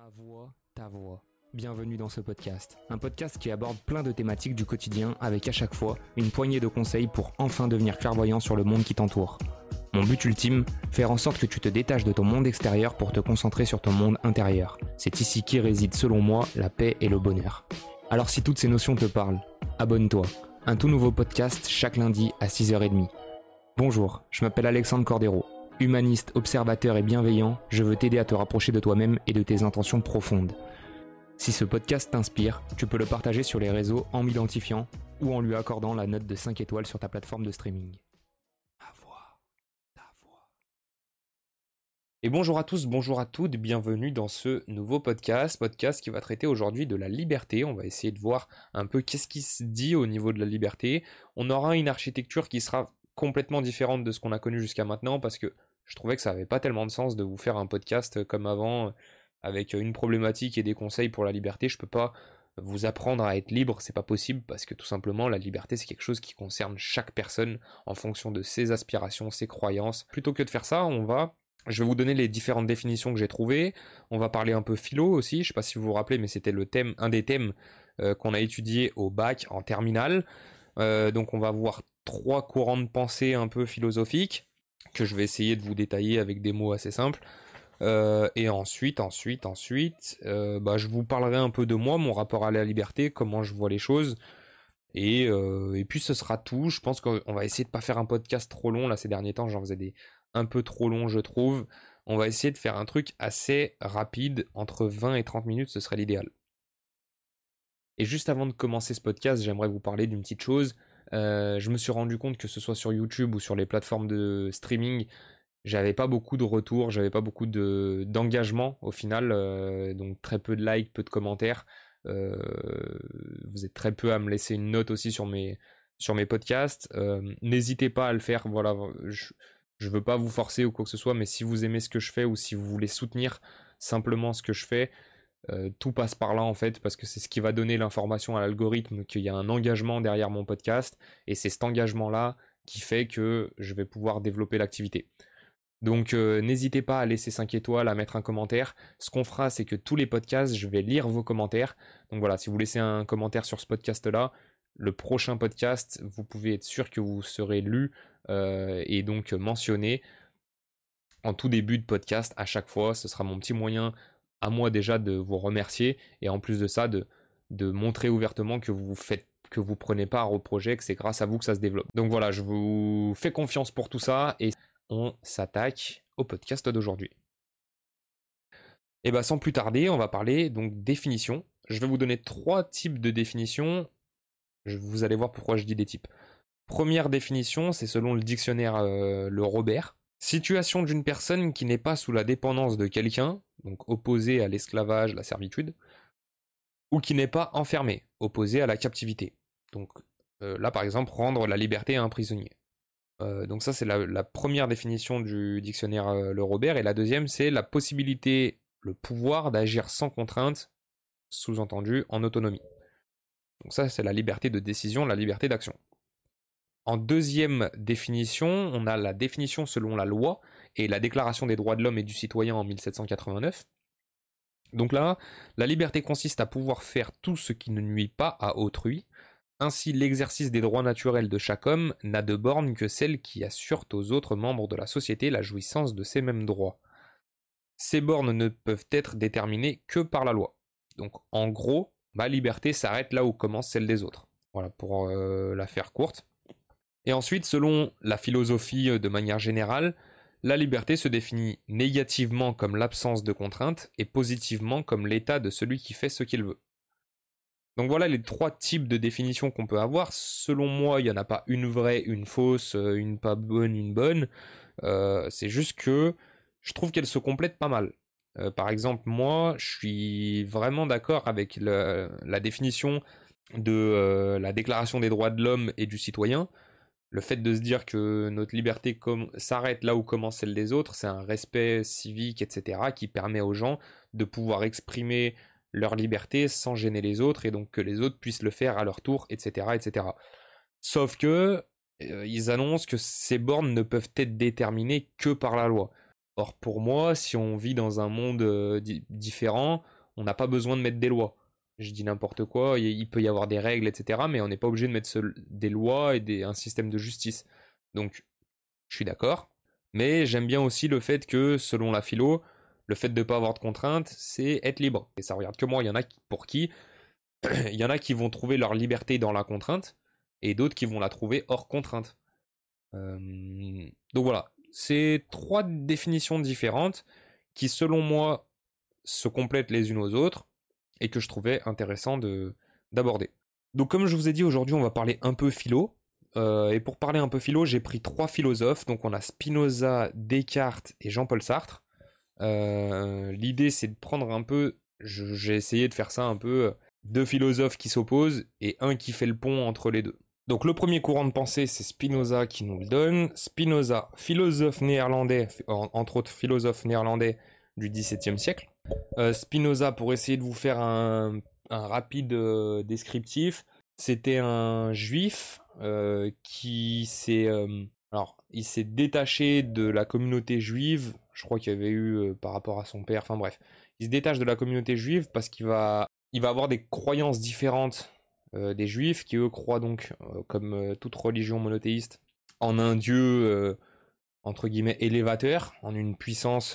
Ma voix, ta voix. Bienvenue dans ce podcast. Un podcast qui aborde plein de thématiques du quotidien avec à chaque fois une poignée de conseils pour enfin devenir clairvoyant sur le monde qui t'entoure. Mon but ultime, faire en sorte que tu te détaches de ton monde extérieur pour te concentrer sur ton monde intérieur. C'est ici qu'y réside selon moi la paix et le bonheur. Alors si toutes ces notions te parlent, abonne-toi. Un tout nouveau podcast chaque lundi à 6h30. Bonjour, je m'appelle Alexandre Cordero. Humaniste, observateur et bienveillant, je veux t'aider à te rapprocher de toi-même et de tes intentions profondes. Si ce podcast t'inspire, tu peux le partager sur les réseaux en m'identifiant ou en lui accordant la note de 5 étoiles sur ta plateforme de streaming. Ma voix, ta voix. Et bonjour à tous, bonjour à toutes, bienvenue dans ce nouveau podcast qui va traiter aujourd'hui de la liberté. On va essayer de voir un peu qu'est-ce qui se dit au niveau de la liberté. On aura une architecture qui sera complètement différente de ce qu'on a connu jusqu'à maintenant parce que je trouvais que ça n'avait pas tellement de sens de vous faire un podcast comme avant avec une problématique et des conseils pour la liberté. Je peux pas vous apprendre à être libre, c'est pas possible parce que tout simplement la liberté c'est quelque chose qui concerne chaque personne en fonction de ses aspirations, ses croyances. Plutôt que de faire ça, je vais vous donner les différentes définitions que j'ai trouvées. On va parler un peu philo aussi, je sais pas si vous vous rappelez mais c'était un des thèmes qu'on a étudié au bac en terminale. Donc on va voir 3 courants de pensée un peu philosophiques que je vais essayer de vous détailler avec des mots assez simples. Et ensuite, je vous parlerai un peu de moi, mon rapport à la liberté, comment je vois les choses. Et puis ce sera tout. Je pense qu'on va essayer de pas faire un podcast trop long. Là, ces derniers temps, j'en faisais des un peu trop longs, je trouve. On va essayer de faire un truc assez rapide, entre 20 et 30 minutes, ce serait l'idéal. Et juste avant de commencer ce podcast, j'aimerais vous parler d'une petite chose. Je me suis rendu compte que ce soit sur YouTube ou sur les plateformes de streaming, j'avais pas beaucoup de retours, j'avais pas beaucoup d'engagement au final, donc très peu de likes, peu de commentaires. Vous êtes très peu à me laisser une note aussi sur mes podcasts. N'hésitez pas à le faire, voilà, je veux pas vous forcer ou quoi que ce soit, mais si vous aimez ce que je fais ou si vous voulez soutenir simplement ce que je fais, tout passe par là en fait, parce que c'est ce qui va donner l'information à l'algorithme qu'il y a un engagement derrière mon podcast, et c'est cet engagement là qui fait que je vais pouvoir développer l'activité. Donc n'hésitez pas à laisser 5 étoiles, à mettre un commentaire. Ce qu'on fera, c'est que tous les podcasts, je vais lire vos commentaires. Donc voilà, si vous laissez un commentaire sur ce podcast là, le prochain podcast, vous pouvez être sûr que vous serez lu et donc mentionné en tout début de podcast à chaque fois. Ce sera mon petit moyen à moi déjà de vous remercier et en plus de ça de montrer ouvertement que vous prenez part au projet, que c'est grâce à vous que ça se développe. Donc voilà, je vous fais confiance pour tout ça et on s'attaque au podcast d'aujourd'hui. Et sans plus tarder, on va parler donc définition. Je vais vous donner 3 types de définitions. Vous allez voir pourquoi je dis des types. Première définition, c'est selon le dictionnaire Le Robert. Situation d'une personne qui n'est pas sous la dépendance de quelqu'un, donc opposée à l'esclavage, la servitude, ou qui n'est pas enfermée, opposée à la captivité. Donc là par exemple, rendre la liberté à un prisonnier. Donc ça c'est la première définition du dictionnaire Le Robert, et la deuxième c'est la possibilité, le pouvoir d'agir sans contrainte, sous-entendu en autonomie. Donc ça c'est la liberté de décision, la liberté d'action. En deuxième définition, on a la définition selon la loi et la Déclaration des droits de l'homme et du citoyen en 1789. Donc là, la liberté consiste à pouvoir faire tout ce qui ne nuit pas à autrui. Ainsi, l'exercice des droits naturels de chaque homme n'a de borne que celle qui assure aux autres membres de la société la jouissance de ces mêmes droits. Ces bornes ne peuvent être déterminées que par la loi. Donc en gros, ma liberté s'arrête là où commence celle des autres. Voilà, pour la faire courte. Et ensuite, selon la philosophie de manière générale, la liberté se définit négativement comme l'absence de contrainte et positivement comme l'état de celui qui fait ce qu'il veut. Donc voilà les 3 types de définitions qu'on peut avoir. Selon moi, il n'y en a pas une vraie, une fausse, une pas bonne, une bonne. C'est juste que je trouve qu'elles se complètent pas mal. Par exemple, moi, je suis vraiment d'accord avec la définition de la Déclaration des droits de l'homme et du citoyen. Le fait de se dire que notre liberté s'arrête là où commence celle des autres, c'est un respect civique, etc., qui permet aux gens de pouvoir exprimer leur liberté sans gêner les autres, et donc que les autres puissent le faire à leur tour, etc., etc. Sauf que ils annoncent que ces bornes ne peuvent être déterminées que par la loi. Or, pour moi, si on vit dans un monde différent, on n'a pas besoin de mettre des lois. Je dis n'importe quoi, il peut y avoir des règles, etc. Mais on n'est pas obligé de mettre des lois et un système de justice. Donc, je suis d'accord. Mais j'aime bien aussi le fait que, selon la philo, le fait de ne pas avoir de contraintes, c'est être libre. Et ça regarde que moi, il y en a pour qui il y en a qui vont trouver leur liberté dans la contrainte, et d'autres qui vont la trouver hors contrainte. Donc voilà, c'est 3 définitions différentes qui, selon moi, se complètent les unes aux autres, et que je trouvais intéressant d'aborder. Donc comme je vous ai dit, aujourd'hui on va parler un peu philo, et pour parler un peu philo, j'ai pris 3 philosophes, donc on a Spinoza, Descartes et Jean-Paul Sartre. L'idée c'est de prendre un peu, j'ai essayé de faire ça un peu, 2 philosophes qui s'opposent et un qui fait le pont entre les deux. Donc le premier courant de pensée, c'est Spinoza qui nous le donne. Spinoza, philosophe néerlandais, entre autres philosophe néerlandais du XVIIe siècle. Spinoza, pour essayer de vous faire un rapide descriptif, c'était un juif qui s'est... alors, il s'est détaché de la communauté juive, je crois qu'il y avait eu par rapport à son père, enfin bref. Il se détache de la communauté juive parce qu'il va avoir des croyances différentes des juifs, qui eux croient donc, comme toute religion monothéiste, en un dieu entre guillemets élévateur, en une puissance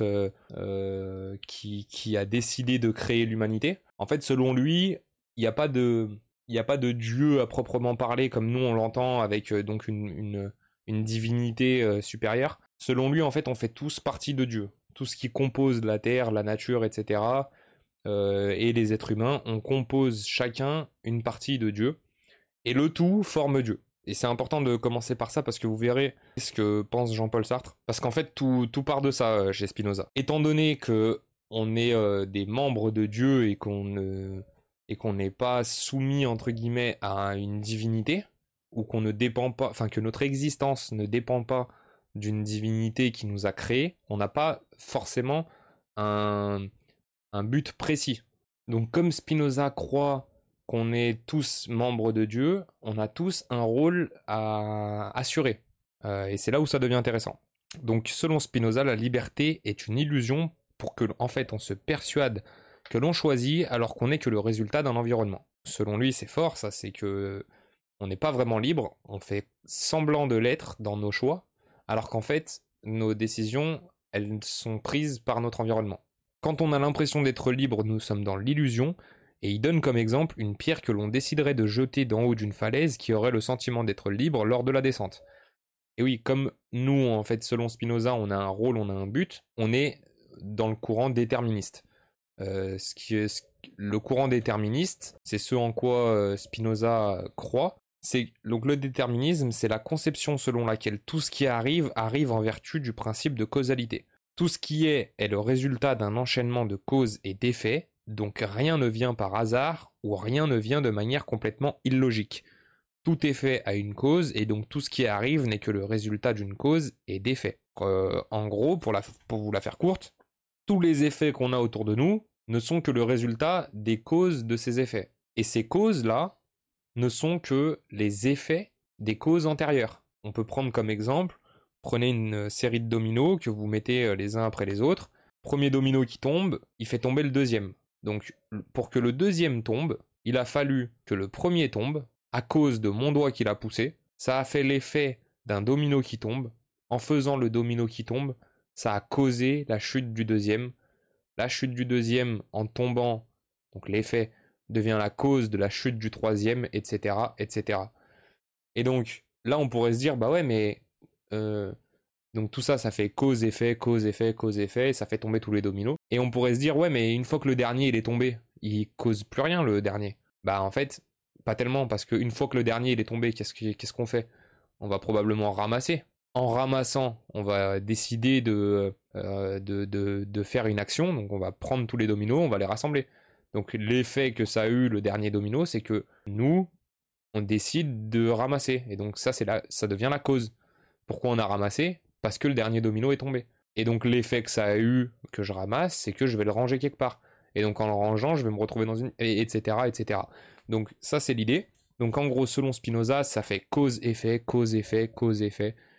qui a décidé de créer l'humanité. En fait, selon lui, il n'y a pas de dieu à proprement parler comme nous on l'entend avec donc une divinité supérieure. Selon lui, en fait, on fait tous partie de Dieu. Tout ce qui compose la terre, la nature, etc., et les êtres humains, on compose chacun une partie de Dieu, et le tout forme Dieu. Et c'est important de commencer par ça parce que vous verrez ce que pense Jean-Paul Sartre. Parce qu'en fait, tout part de ça chez Spinoza. Étant donné que on est des membres de Dieu et qu'on n'est pas soumis entre guillemets à une divinité, ou qu'on ne dépend pas, enfin que notre existence ne dépend pas d'une divinité qui nous a créés, on n'a pas forcément un but précis. Donc comme Spinoza croit qu'on est tous membres de Dieu, on a tous un rôle à assurer. Et c'est là où ça devient intéressant. Donc selon Spinoza, la liberté est une illusion pour que, en fait, on se persuade que l'on choisit alors qu'on n'est que le résultat d'un environnement. Selon lui, c'est fort, ça, c'est que on n'est pas vraiment libre, on fait semblant de l'être dans nos choix, alors qu'en fait, nos décisions, elles sont prises par notre environnement. Quand on a l'impression d'être libre, nous sommes dans l'illusion, et il donne comme exemple une pierre que l'on déciderait de jeter d'en haut d'une falaise qui aurait le sentiment d'être libre lors de la descente. Et oui, comme nous, en fait, selon Spinoza, on a un rôle, on a un but, on est dans le courant déterministe. Le courant déterministe, c'est ce en quoi Spinoza croit. Donc le déterminisme, c'est la conception selon laquelle tout ce qui arrive en vertu du principe de causalité. Tout ce qui est le résultat d'un enchaînement de causes et d'effets, donc rien ne vient par hasard ou rien ne vient de manière complètement illogique. Tout effet a une cause et donc tout ce qui arrive n'est que le résultat d'une cause et d'effets. En gros, pour vous la faire courte, tous les effets qu'on a autour de nous ne sont que le résultat des causes de ces effets. Et ces causes-là ne sont que les effets des causes antérieures. On peut prendre comme exemple, prenez une série de dominos que vous mettez les uns après les autres. Premier domino qui tombe, il fait tomber le deuxième. Donc pour que le deuxième tombe, il a fallu que le premier tombe, à cause de mon doigt qui l'a poussé. Ça a fait l'effet d'un domino qui tombe. En faisant le domino qui tombe, ça a causé la chute du deuxième. La chute du deuxième, en tombant, donc l'effet devient la cause de la chute du troisième, etc., etc. Et donc, là, on pourrait se dire, bah ouais, mais... donc tout ça, ça fait cause, effet, cause, effet, cause, effet, ça fait tomber tous les dominos. Et on pourrait se dire, ouais, mais une fois que le dernier, il est tombé, il cause plus rien, le dernier. Bah en fait, pas tellement, parce qu'une fois que le dernier, il est tombé, qu'est-ce qu'on fait? On va probablement ramasser. En ramassant, on va décider de faire une action, donc on va prendre tous les dominos, on va les rassembler. Donc l'effet que ça a eu le dernier domino, c'est que nous, on décide de ramasser. Et donc ça devient la cause. Pourquoi on a ramassé? Parce que le dernier domino est tombé. Et donc l'effet que ça a eu, que je ramasse, c'est que je vais le ranger quelque part. Et donc en le rangeant, je vais me retrouver dans une... etc. etc. Donc ça c'est l'idée. Donc en gros, selon Spinoza, ça fait cause-effet, cause-effet, cause-effet.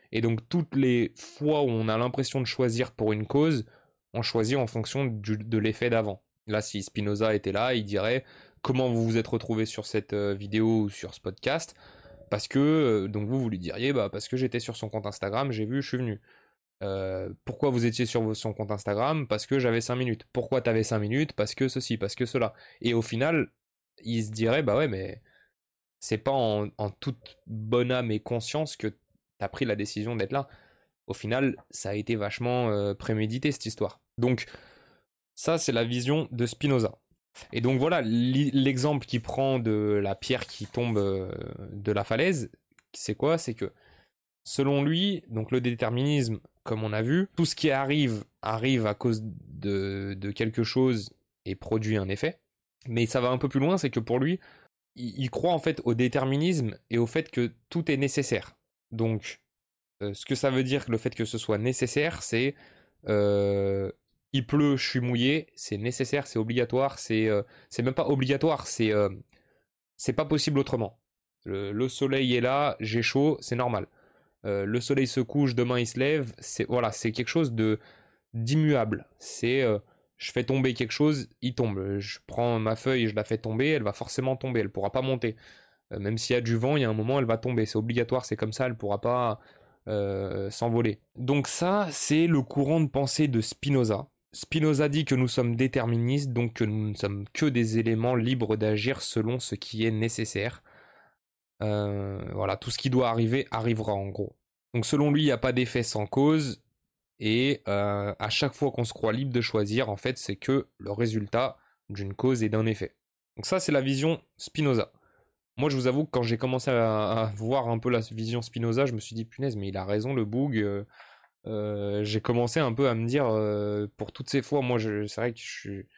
Et donc toutes les fois où on a l'impression de choisir pour une cause, on choisit en fonction de l'effet d'avant. Là, si Spinoza était là, il dirait comment vous vous êtes retrouvé sur cette vidéo ou sur ce podcast. Parce que, donc vous lui diriez, parce que j'étais sur son compte Instagram, j'ai vu, je suis venu. Pourquoi vous étiez sur son compte Instagram? Parce que j'avais 5 minutes. Pourquoi t'avais 5 minutes? Parce que ceci, parce que cela. Et au final, il se dirait, bah ouais, mais c'est pas en toute bonne âme et conscience que t'as pris la décision d'être là. Au final, ça a été vachement prémédité, cette histoire. Donc, ça, c'est la vision de Spinoza. Et donc voilà, l'exemple qu'il prend de la pierre qui tombe de la falaise, c'est quoi? C'est que, selon lui, donc le déterminisme, comme on a vu, tout ce qui arrive à cause de quelque chose et produit un effet. Mais ça va un peu plus loin, c'est que pour lui, il croit en fait au déterminisme et au fait que tout est nécessaire. Donc, ce que ça veut dire, le fait que ce soit nécessaire, c'est il pleut, je suis mouillé, c'est nécessaire, c'est obligatoire, c'est même pas obligatoire, c'est pas possible autrement. Le soleil est là, j'ai chaud, c'est normal. Le soleil se couche, demain il se lève, c'est quelque chose d'immuable. C'est je fais tomber quelque chose, il tombe. Je prends ma feuille, je la fais tomber, elle va forcément tomber, elle pourra pas monter. Même s'il y a du vent, il y a un moment, elle va tomber. C'est obligatoire, c'est comme ça, elle pourra pas s'envoler. Donc ça, c'est le courant de pensée de Spinoza. Spinoza dit que nous sommes déterministes, donc que nous ne sommes que des éléments libres d'agir selon ce qui est nécessaire. Voilà, tout ce qui doit arriver arrivera en gros. Donc selon lui, il n'y a pas d'effet sans cause, et à chaque fois qu'on se croit libre de choisir, en fait, c'est que le résultat d'une cause et d'un effet. Donc ça, c'est la vision Spinoza. Moi, je vous avoue que quand j'ai commencé à voir un peu la vision Spinoza, je me suis dit, punaise, mais il a raison, le boug. J'ai commencé un peu à me dire, pour toutes ces fois, moi, c'est vrai que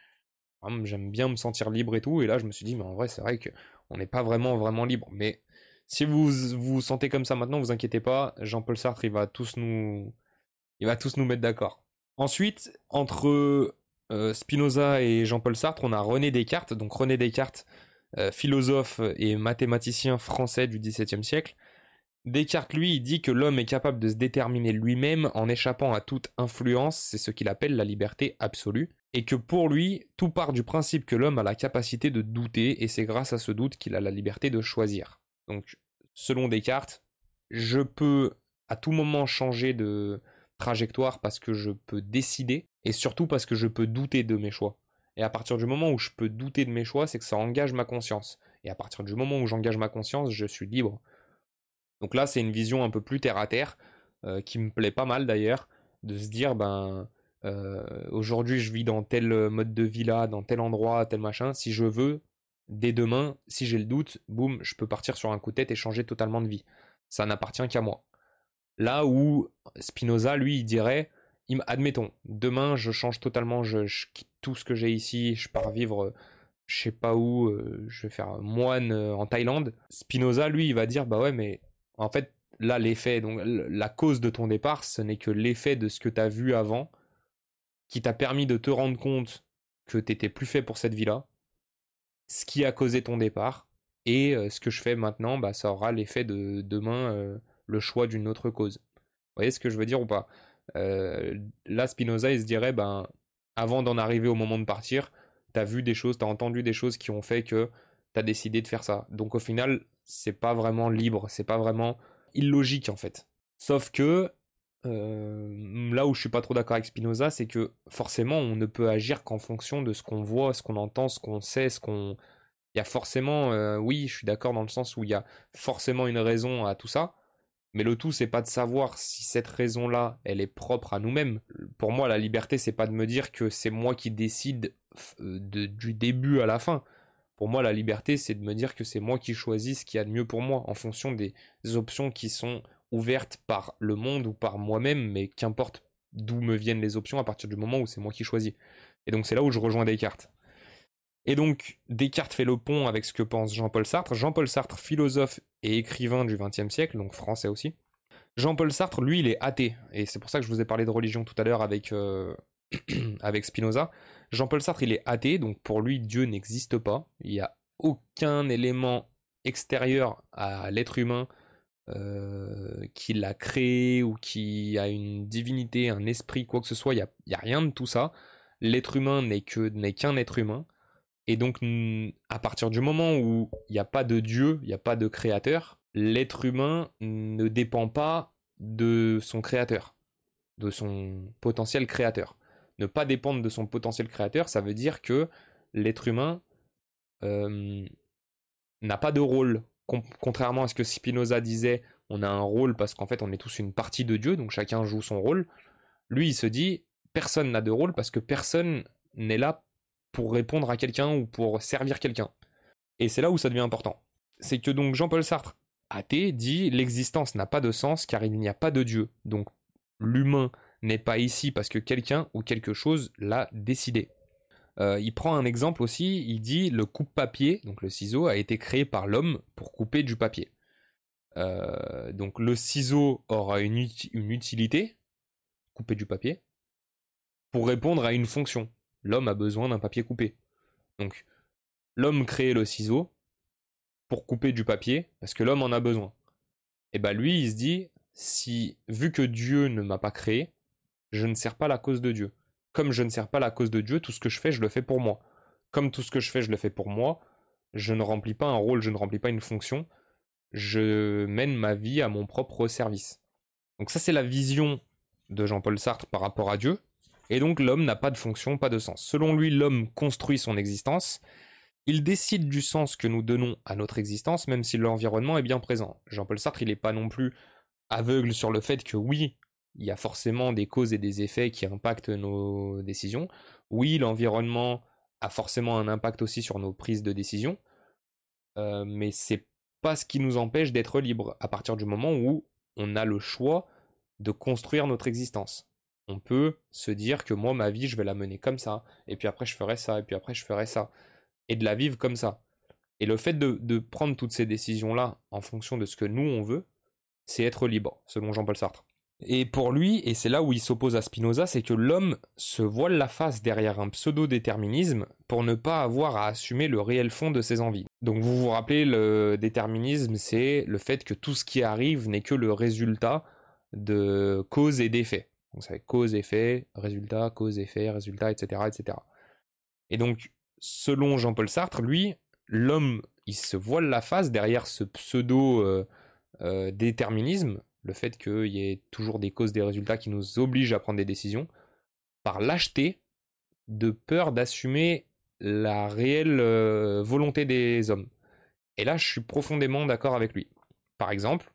j'aime bien me sentir libre et tout, et là, je me suis dit, mais en vrai, c'est vrai qu'on n'est pas vraiment libre. Mais si vous vous sentez comme ça maintenant, vous inquiétez pas, Jean-Paul Sartre, il va tous nous mettre d'accord. Ensuite, entre Spinoza et Jean-Paul Sartre, on a René Descartes. Donc René Descartes, philosophe et mathématicien français du XVIIe siècle. Descartes, lui, il dit que l'homme est capable de se déterminer lui-même en échappant à toute influence, c'est ce qu'il appelle la liberté absolue, et que pour lui, tout part du principe que l'homme a la capacité de douter, et c'est grâce à ce doute qu'il a la liberté de choisir. Donc, selon Descartes, je peux à tout moment changer de trajectoire parce que je peux décider, et surtout parce que je peux douter de mes choix. Et à partir du moment où je peux douter de mes choix, c'est que ça engage ma conscience. Et à partir du moment où j'engage ma conscience, je suis libre. Donc là, c'est une vision un peu plus terre-à-terre, qui me plaît pas mal d'ailleurs, de se dire, aujourd'hui je vis dans tel mode de vie là, dans tel endroit, tel machin, si je veux, dès demain, si j'ai le doute, boum, je peux partir sur un coup de tête et changer totalement de vie. Ça n'appartient qu'à moi. Là où Spinoza, lui, il dirait, admettons, demain je change totalement, je quitte tout ce que j'ai ici, je pars vivre je sais pas où, je vais faire moine en Thaïlande. Spinoza, lui, il va dire, bah ouais, mais en fait, là, l'effet, donc la cause de ton départ, ce n'est que l'effet de ce que tu as vu avant, qui t'a permis de te rendre compte que tu n'étais plus fait pour cette vie-là, ce qui a causé ton départ, et ce que je fais maintenant, ça aura l'effet de demain, le choix d'une autre cause. Vous voyez ce que je veux dire ou pas? Là, Spinoza, il se dirait, avant d'en arriver au moment de partir, t'as vu des choses, t'as entendu des choses qui ont fait que t'as décidé de faire ça. Donc au final, c'est pas vraiment libre, c'est pas vraiment illogique en fait. Sauf que là où je suis pas trop d'accord avec Spinoza, c'est que forcément on ne peut agir qu'en fonction de ce qu'on voit, ce qu'on entend, ce qu'on sait, ce qu'on... Il y a forcément, oui, je suis d'accord dans le sens où il y a forcément une raison à tout ça, mais le tout, c'est pas de savoir si cette raison-là, elle est propre à nous-mêmes. Pour moi, la liberté, c'est pas de me dire que c'est moi qui décide du début à la fin. Pour moi, la liberté, c'est de me dire que c'est moi qui choisis ce qu'il y a de mieux pour moi, en fonction des options qui sont ouvertes par le monde ou par moi-même, mais qu'importe d'où me viennent les options à partir du moment où c'est moi qui choisis. Et donc c'est là où je rejoins Descartes. Et donc, Descartes fait le pont avec ce que pense Jean-Paul Sartre. Jean-Paul Sartre, philosophe et écrivain du XXe siècle, donc français aussi. Jean-Paul Sartre, lui, il est athée. Et c'est pour ça que je vous ai parlé de religion tout à l'heure avec, avec Spinoza. Jean-Paul Sartre, il est athée, donc pour lui, Dieu n'existe pas. Il n'y a aucun élément extérieur à l'être humain qui l'a créé ou qui a une divinité, un esprit, quoi que ce soit. Il y a rien de tout ça. L'être humain n'est qu'un être humain. Et donc, à partir du moment où il n'y a pas de Dieu, il n'y a pas de créateur, l'être humain ne dépend pas de son créateur, de son potentiel créateur. Ne pas dépendre de son potentiel créateur, ça veut dire que l'être humain n'a pas de rôle. Contrairement à ce que Spinoza disait, on a un rôle parce qu'en fait on est tous une partie de Dieu, donc chacun joue son rôle. Lui, il se dit, personne n'a de rôle parce que personne n'est là pour répondre à quelqu'un ou pour servir quelqu'un. Et c'est là où ça devient important. C'est que donc Jean-Paul Sartre, athée, dit l'existence n'a pas de sens car il n'y a pas de Dieu. Donc l'humain n'est pas ici parce que quelqu'un ou quelque chose l'a décidé. Il prend un exemple aussi, il dit le coupe-papier, donc le ciseau, a été créé par l'homme pour couper du papier. Donc le ciseau aura une utilité, couper du papier, pour répondre à une fonction. L'homme a besoin d'un papier coupé. Donc l'homme crée le ciseau pour couper du papier parce que l'homme en a besoin. Et bah lui, il se dit, vu que Dieu ne m'a pas créé, je ne sers pas la cause de Dieu. Comme je ne sers pas la cause de Dieu, tout ce que je fais, je le fais pour moi. Comme tout ce que je fais, je le fais pour moi, je ne remplis pas un rôle, je ne remplis pas une fonction, je mène ma vie à mon propre service. Donc ça, c'est la vision de Jean-Paul Sartre par rapport à Dieu. Et donc l'homme n'a pas de fonction, pas de sens. Selon lui, l'homme construit son existence. Il décide du sens que nous donnons à notre existence, même si l'environnement est bien présent. Jean-Paul Sartre, il n'est pas non plus aveugle sur le fait que oui, il y a forcément des causes et des effets qui impactent nos décisions. Oui, l'environnement a forcément un impact aussi sur nos prises de décision, mais c'est pas ce qui nous empêche d'être libre à partir du moment où on a le choix de construire notre existence. On peut se dire que moi, ma vie, je vais la mener comme ça, et puis après je ferai ça, et puis après je ferai ça, et de la vivre comme ça. Et le fait de prendre toutes ces décisions-là en fonction de ce que nous on veut, c'est être libre, selon Jean-Paul Sartre. Et pour lui, et c'est là où il s'oppose à Spinoza, c'est que l'homme se voile la face derrière un pseudo-déterminisme pour ne pas avoir à assumer le réel fond de ses envies. Donc vous vous rappelez, le déterminisme, c'est le fait que tout ce qui arrive n'est que le résultat de cause et d'effet. Donc ça fait cause, effet, résultat, cause, effet, résultat, etc., etc. Et donc, selon Jean-Paul Sartre, lui, l'homme, il se voile la face derrière ce pseudo-déterminisme, le fait qu'il y ait toujours des causes, des résultats qui nous obligent à prendre des décisions, par lâcheté, de peur d'assumer la réelle volonté des hommes. Et là, je suis profondément d'accord avec lui. Par exemple,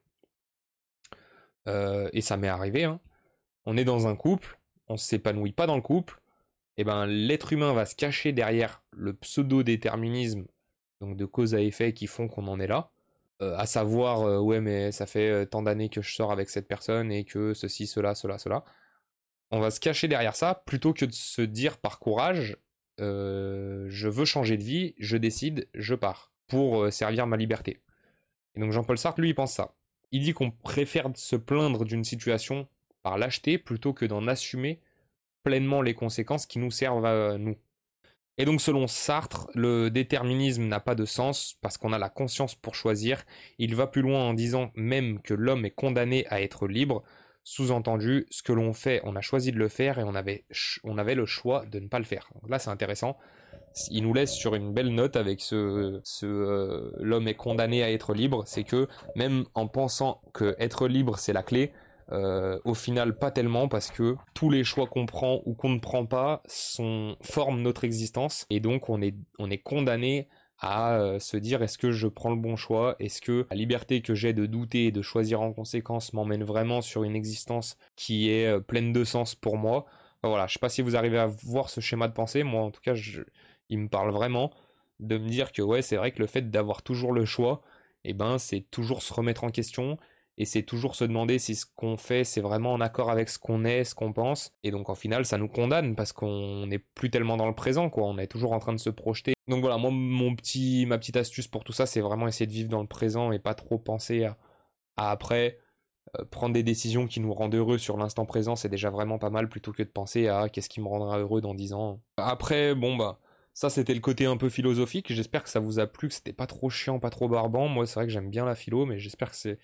et ça m'est arrivé, hein, on est dans un couple, on ne s'épanouit pas dans le couple, et ben l'être humain va se cacher derrière le pseudo-déterminisme, donc de cause à effet qui font qu'on en est là, à savoir ouais mais ça fait tant d'années que je sors avec cette personne et que ceci, cela, cela, cela. On va se cacher derrière ça plutôt que de se dire par courage je veux changer de vie, je décide, je pars pour servir ma liberté. Et donc Jean-Paul Sartre, lui, il pense ça. Il dit qu'on préfère se plaindre d'une situation par lâcheté plutôt que d'en assumer pleinement les conséquences qui nous servent à nous. Et donc selon Sartre, le déterminisme n'a pas de sens parce qu'on a la conscience pour choisir. Il va plus loin en disant même que l'homme est condamné à être libre. Sous-entendu, ce que l'on fait, on a choisi de le faire et on avait le choix de ne pas le faire. Donc là c'est intéressant. Il nous laisse sur une belle note avec l'homme est condamné à être libre. C'est que même en pensant que être libre c'est la clé, au final pas tellement, parce que tous les choix qu'on prend ou qu'on ne prend pas forment notre existence, et donc on est condamné à se dire est-ce que je prends le bon choix, est-ce que la liberté que j'ai de douter et de choisir en conséquence m'emmène vraiment sur une existence qui est pleine de sens pour moi. Enfin, voilà, je sais pas si vous arrivez à voir ce schéma de pensée, moi en tout cas il me parle vraiment de me dire que ouais, c'est vrai que le fait d'avoir toujours le choix, et ben c'est toujours se remettre en question. Et c'est toujours se demander si ce qu'on fait, c'est vraiment en accord avec ce qu'on est, ce qu'on pense. Et donc, en final, ça nous condamne parce qu'on n'est plus tellement dans le présent, quoi. On est toujours en train de se projeter. Donc voilà, moi, ma petite astuce pour tout ça, c'est vraiment essayer de vivre dans le présent et pas trop penser à après. Prendre des décisions qui nous rendent heureux sur l'instant présent, c'est déjà vraiment pas mal, plutôt que de penser à qu'est-ce qui me rendra heureux dans 10 ans. Après, bon, bah, ça, c'était le côté un peu philosophique. J'espère que ça vous a plu, que c'était pas trop chiant, pas trop barbant. Moi, c'est vrai que j'aime bien la philo, mais j'espère que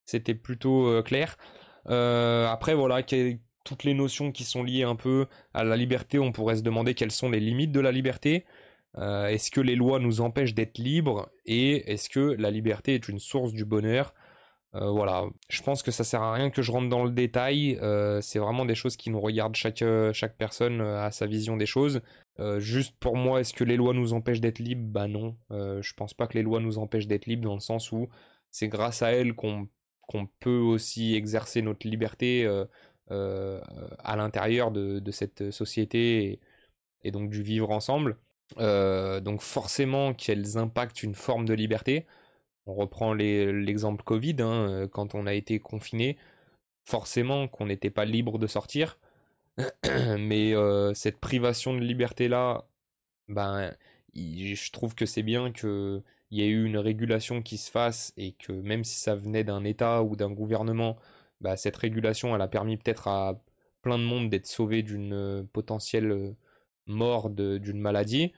c'était plutôt clair. Après, voilà, toutes les notions qui sont liées un peu à la liberté, on pourrait se demander quelles sont les limites de la liberté. Est-ce que les lois nous empêchent d'être libres et est-ce que la liberté est une source du bonheur? Voilà, je pense que ça sert à rien que je rentre dans le détail. C'est vraiment des choses qui nous regardent chaque personne à sa vision des choses. Juste pour moi, est-ce que les lois nous empêchent d'être libres? Bah non, je pense pas que les lois nous empêchent d'être libres dans le sens où c'est grâce à elles qu'on peut aussi exercer notre liberté euh, à l'intérieur de cette société et donc du vivre ensemble. Donc forcément qu'elles impactent une forme de liberté. On reprend l'exemple Covid, hein, quand on a été confiné, forcément qu'on n'était pas libre de sortir, mais cette privation de liberté-là, ben, je trouve que c'est bien qu'il y ait eu une régulation qui se fasse et que même si ça venait d'un État ou d'un gouvernement, bah, cette régulation, elle a permis peut-être à plein de monde d'être sauvé d'une potentielle mort d'une maladie.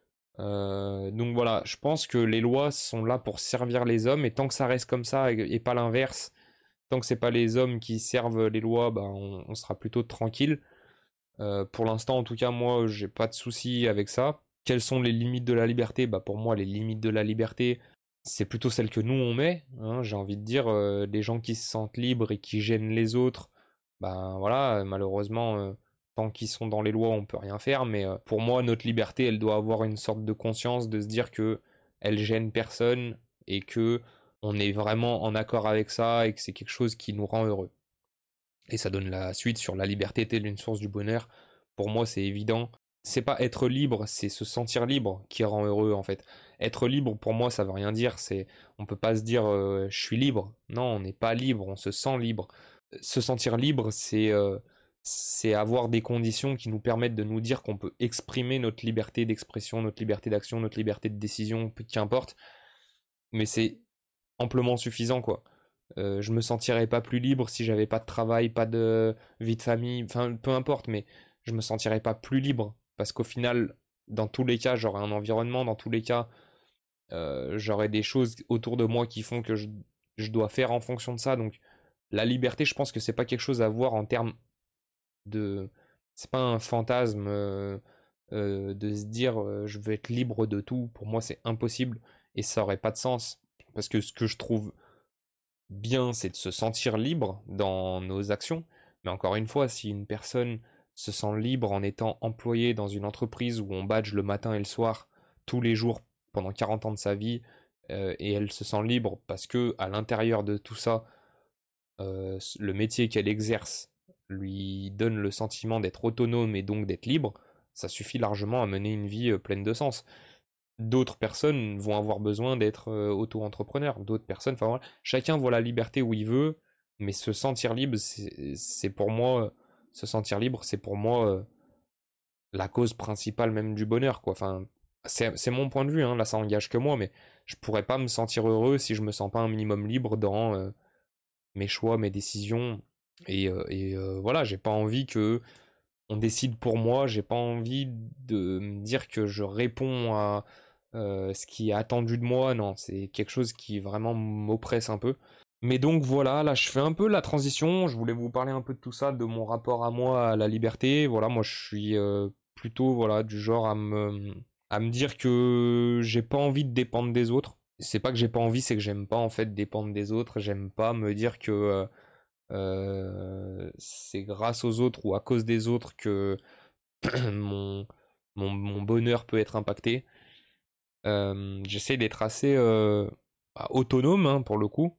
Donc voilà, je pense que les lois sont là pour servir les hommes et tant que ça reste comme ça et pas l'inverse, tant que c'est pas les hommes qui servent les lois, bah, on sera plutôt tranquille. Pour l'instant, en tout cas, moi, j'ai pas de soucis avec ça. Quelles sont les limites de la liberté? Bah, pour moi, les limites de la liberté, c'est plutôt celles que nous on met, hein, j'ai envie de dire, les gens qui se sentent libres et qui gênent les autres, ben voilà, malheureusement, tant qu'ils sont dans les lois, on peut rien faire. Mais pour moi, notre liberté, elle doit avoir une sorte de conscience de se dire que elle gêne personne et que on est vraiment en accord avec ça et que c'est quelque chose qui nous rend heureux. Et ça donne la suite sur la liberté est-elle une source du bonheur. Pour moi, c'est évident. C'est pas être libre, c'est se sentir libre qui rend heureux en fait. Être libre, pour moi, ça veut rien dire. On peut pas se dire je suis libre. Non, on n'est pas libre, on se sent libre. Se sentir libre, c'est avoir des conditions qui nous permettent de nous dire qu'on peut exprimer notre liberté d'expression, notre liberté d'action, notre liberté de décision, qu'importe. Mais c'est amplement suffisant, quoi. Je me sentirais pas plus libre si j'avais pas de travail, pas de vie de famille, enfin peu importe, mais je me sentirais pas plus libre parce qu'au final, dans tous les cas, j'aurais un environnement, dans tous les cas, j'aurais des choses autour de moi qui font que je dois faire en fonction de ça. Donc la liberté, je pense que c'est pas quelque chose à voir en termes de, c'est pas un fantasme de se dire je veux être libre de tout. Pour moi, c'est impossible et ça aurait pas de sens parce que ce que je trouve bien, c'est de se sentir libre dans nos actions. Mais encore une fois, si une personne se sent libre en étant employée dans une entreprise où on badge le matin et le soir, tous les jours, pendant 40 ans de sa vie, et elle se sent libre parce que à l'intérieur de tout ça, le métier qu'elle exerce lui donne le sentiment d'être autonome et donc d'être libre, ça suffit largement à mener une vie pleine de sens. D'autres personnes vont avoir besoin d'être auto-entrepreneurs, d'autres personnes, enfin voilà, chacun voit la liberté où il veut, mais se sentir libre, c'est pour moi, se sentir libre, c'est pour moi la cause principale même du bonheur, quoi. Enfin, c'est mon point de vue, hein, là ça engage que moi, mais je pourrais pas me sentir heureux si je me sens pas un minimum libre dans mes choix, mes décisions, et voilà, j'ai pas envie que on décide pour moi, j'ai pas envie de me dire que je réponds à ce qui est attendu de moi, non, c'est quelque chose qui vraiment m'oppresse un peu. Mais donc voilà, là je fais un peu la transition, je voulais vous parler un peu de tout ça, de mon rapport à moi, à la liberté. Voilà, moi je suis plutôt voilà, du genre à me dire que j'ai pas envie de dépendre des autres. C'est pas que j'ai pas envie, c'est que j'aime pas en fait dépendre des autres, j'aime pas me dire que c'est grâce aux autres ou à cause des autres que mon, mon bonheur peut être impacté. J'essaie d'être assez autonome hein, pour le coup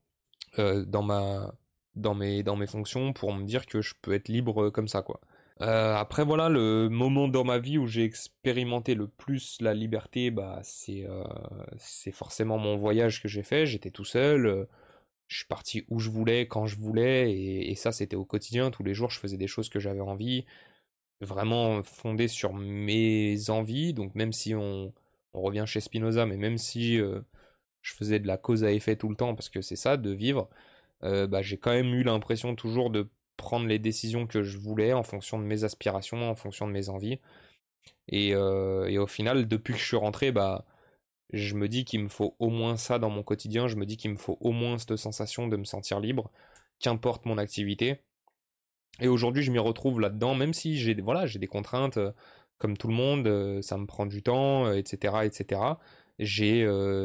dans mes fonctions pour me dire que je peux être libre comme ça quoi. Après voilà le moment dans ma vie où j'ai expérimenté le plus la liberté bah c'est forcément mon voyage que j'ai fait. J'étais tout seul, je suis parti où je voulais quand je voulais et ça c'était au quotidien. Tous les jours je faisais des choses que j'avais envie, vraiment fondées sur mes envies. Donc même si on revient chez Spinoza, mais même si je faisais de la cause à effet tout le temps, parce que c'est ça, de vivre, bah, j'ai quand même eu l'impression toujours de prendre les décisions que je voulais en fonction de mes aspirations, en fonction de mes envies. Et au final, depuis que je suis rentré, bah, je me dis qu'il me faut au moins ça dans mon quotidien, je me dis qu'il me faut au moins cette sensation de me sentir libre, qu'importe mon activité. Et aujourd'hui, je m'y retrouve là-dedans, même si j'ai des contraintes, comme tout le monde, ça me prend du temps, etc., etc. J'ai,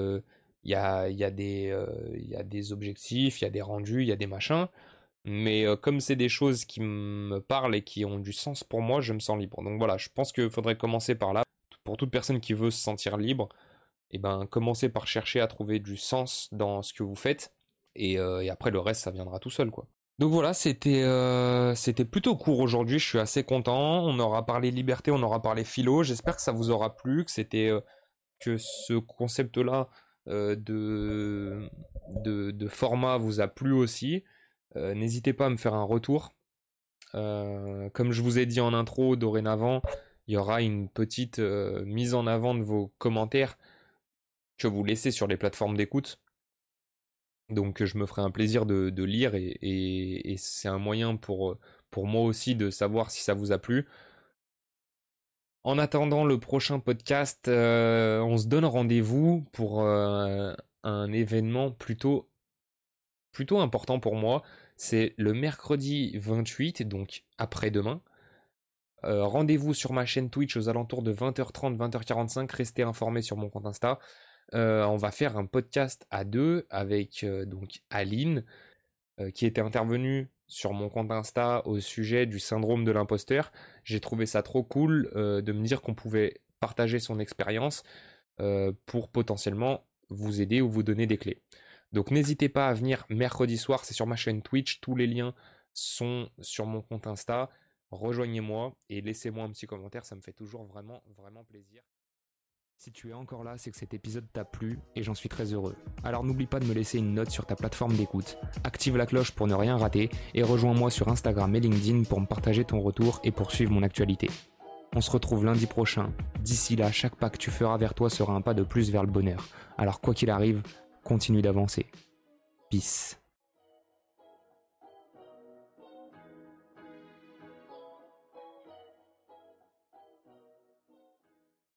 il y a des objectifs, il y a des rendus, il y a des machins, mais comme c'est des choses qui me parlent et qui ont du sens pour moi, je me sens libre. Donc voilà, je pense qu'il faudrait commencer par là. Pour toute personne qui veut se sentir libre, et ben commencez par chercher à trouver du sens dans ce que vous faites, et après le reste, ça viendra tout seul, quoi. Donc voilà, c'était plutôt court aujourd'hui, je suis assez content. On aura parlé liberté, on aura parlé philo. J'espère que ça vous aura plu, que ce concept-là de format vous a plu aussi. N'hésitez pas à me faire un retour. Comme je vous ai dit en intro, dorénavant, il y aura une petite mise en avant de vos commentaires que vous laissez sur les plateformes d'écoute. Donc je me ferai un plaisir de lire et c'est un moyen pour moi aussi de savoir si ça vous a plu. En attendant le prochain podcast, on se donne rendez-vous pour un événement plutôt important pour moi. C'est le mercredi 28, donc après-demain. Rendez-vous sur ma chaîne Twitch aux alentours de 20h30, 20h45. Restez informés sur mon compte Insta. On va faire un podcast à deux avec donc Aline, qui était intervenue sur mon compte Insta au sujet du syndrome de l'imposteur. J'ai trouvé ça trop cool de me dire qu'on pouvait partager son expérience pour potentiellement vous aider ou vous donner des clés. Donc n'hésitez pas à venir mercredi soir, c'est sur ma chaîne Twitch, tous les liens sont sur mon compte Insta. Rejoignez-moi et laissez-moi un petit commentaire, ça me fait toujours vraiment, vraiment plaisir. Si tu es encore là, c'est que cet épisode t'a plu et j'en suis très heureux. Alors n'oublie pas de me laisser une note sur ta plateforme d'écoute, active la cloche pour ne rien rater et rejoins-moi sur Instagram et LinkedIn pour me partager ton retour et pour suivre mon actualité. On se retrouve lundi prochain. D'ici là, chaque pas que tu feras vers toi sera un pas de plus vers le bonheur. Alors quoi qu'il arrive, continue d'avancer. Peace.